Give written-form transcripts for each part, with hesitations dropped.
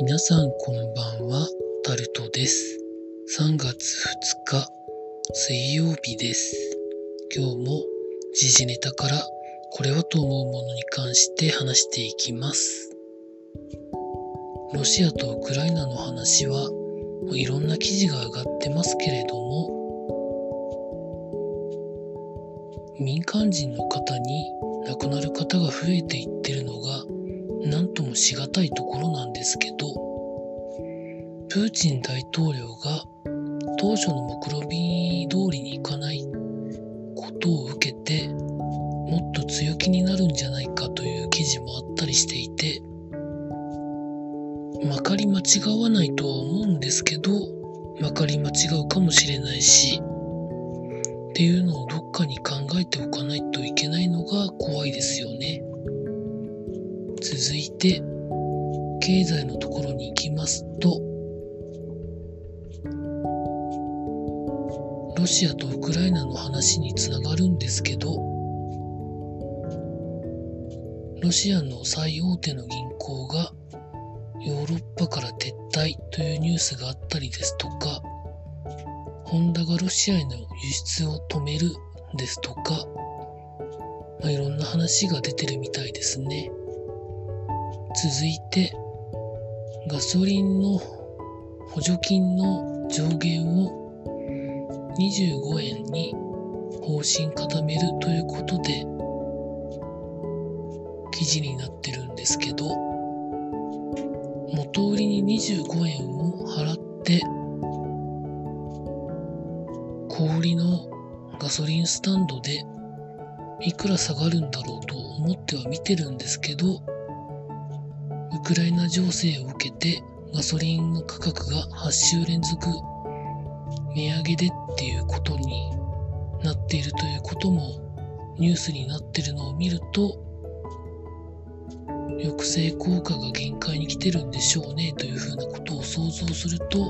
皆さんこんばんは、タルトです。3月2日水曜日です。今日も時事ネタからこれはと思うものに関して話していきます。ロシアとウクライナの話はいろんな記事が上がってますけれども、民間人の方に亡くなる方が増えていってるのが何ともしがたいところなんですけど、プーチン大統領が当初の目論見通りにいかないことを受けて、もっと強気になるんじゃないかという記事もあったりしていて、まかり間違わないとは思うんですけど、まかり間違うかもしれないしっていうのをどっかに考えておかないといけないのが怖いですよね。続いて経済のところに行きますと、ロシアとウクライナの話につながるんですけど、ロシアの最大手の銀行がヨーロッパから撤退というニュースがあったりですとか、ホンダがロシアへの輸出を止めるですとか、いろんな話が出てるみたいですね。続いてガソリンの補助金の上限を25円に方針固めるということで記事になってるんですけど、元売りに25円を払って小売りのガソリンスタンドでいくら下がるんだろうと思っては見てるんですけど、ウクライナ情勢を受けてガソリンの価格が8週連続値上げでっていうことになっているということもニュースになっているのを見ると、抑制効果が限界に来てるんでしょうねというふうなことを想像すると、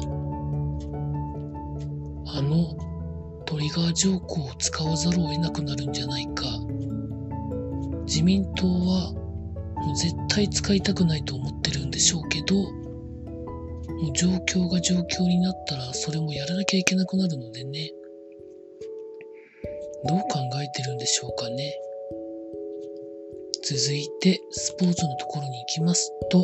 トリガー条項を使わざるを得なくなるんじゃないか。自民党はもう絶対使いたくないと思ってるんでしょうけど、もう状況が状況になったらそれもやらなきゃいけなくなるのでね、どう考えてるんでしょうかね。続いてスポーツのところに行きますと、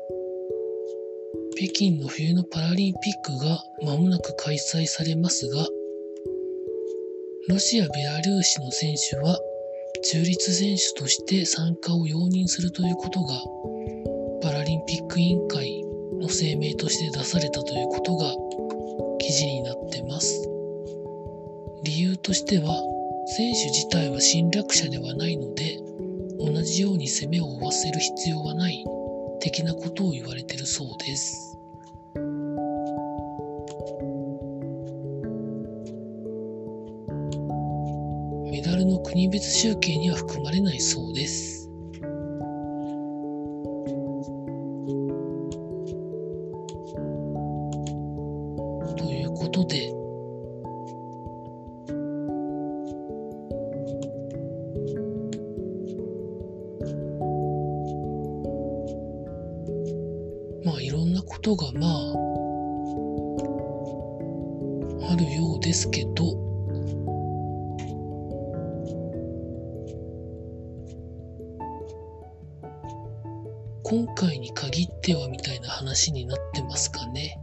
北京の冬のパラリンピックが間もなく開催されますが、ロシア・ベラルーシの選手は中立選手として参加を容認するということがパラリンピック委員会の声明として出されたということが記事になってます。理由としては、選手自体は侵略者ではないので同じように攻めを負わせる必要はない的なことを言われているそうです。メダルの国別集計には含まれないそうです。ということで、いろんなことがあるようですけど、今回に限ってはみたいな話になってますかね。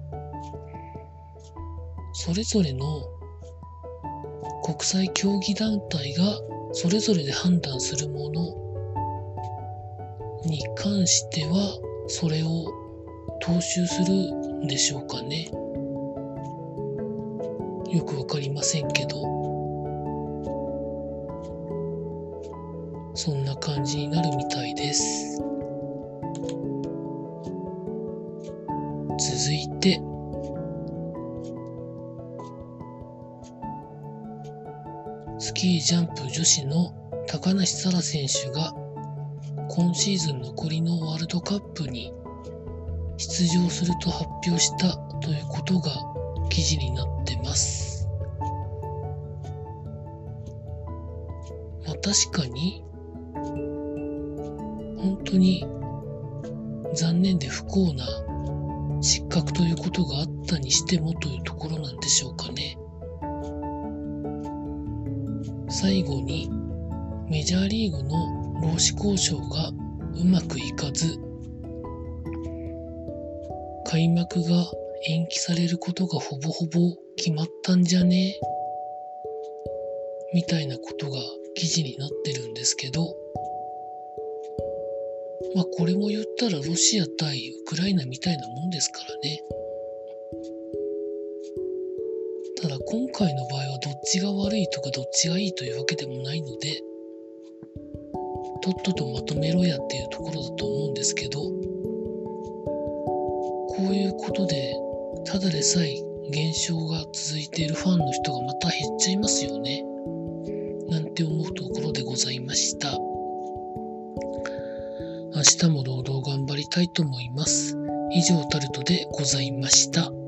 それぞれの国際競技団体がそれぞれで判断するものに関してはそれを踏襲するんでしょうかね。よくわかりませんけど、そんな感じになるみたいです。続いてスキージャンプ女子の高梨沙羅選手が今シーズン残りのワールドカップに出場すると発表したということが記事になってます。確かに本当に残念で不幸な失格ということがあったにしてもというところなんでしょうかね。最後にメジャーリーグの労使交渉がうまくいかず、開幕が延期されることがほぼほぼ決まったんじゃねみたいなことが記事になってるんですけど、これも言ったらロシア対ウクライナみたいなもんですからね。ただ今回の場合はどっちが悪いとかどっちがいいというわけでもないので、とっととまとめろやっていうところだと思うんですけど、こういうことでただでさえ減少が続いているファンの人がまた減っちゃいますよね、なんて思うところでございました。明日も労働頑張りたいと思います。以上タルトでございました。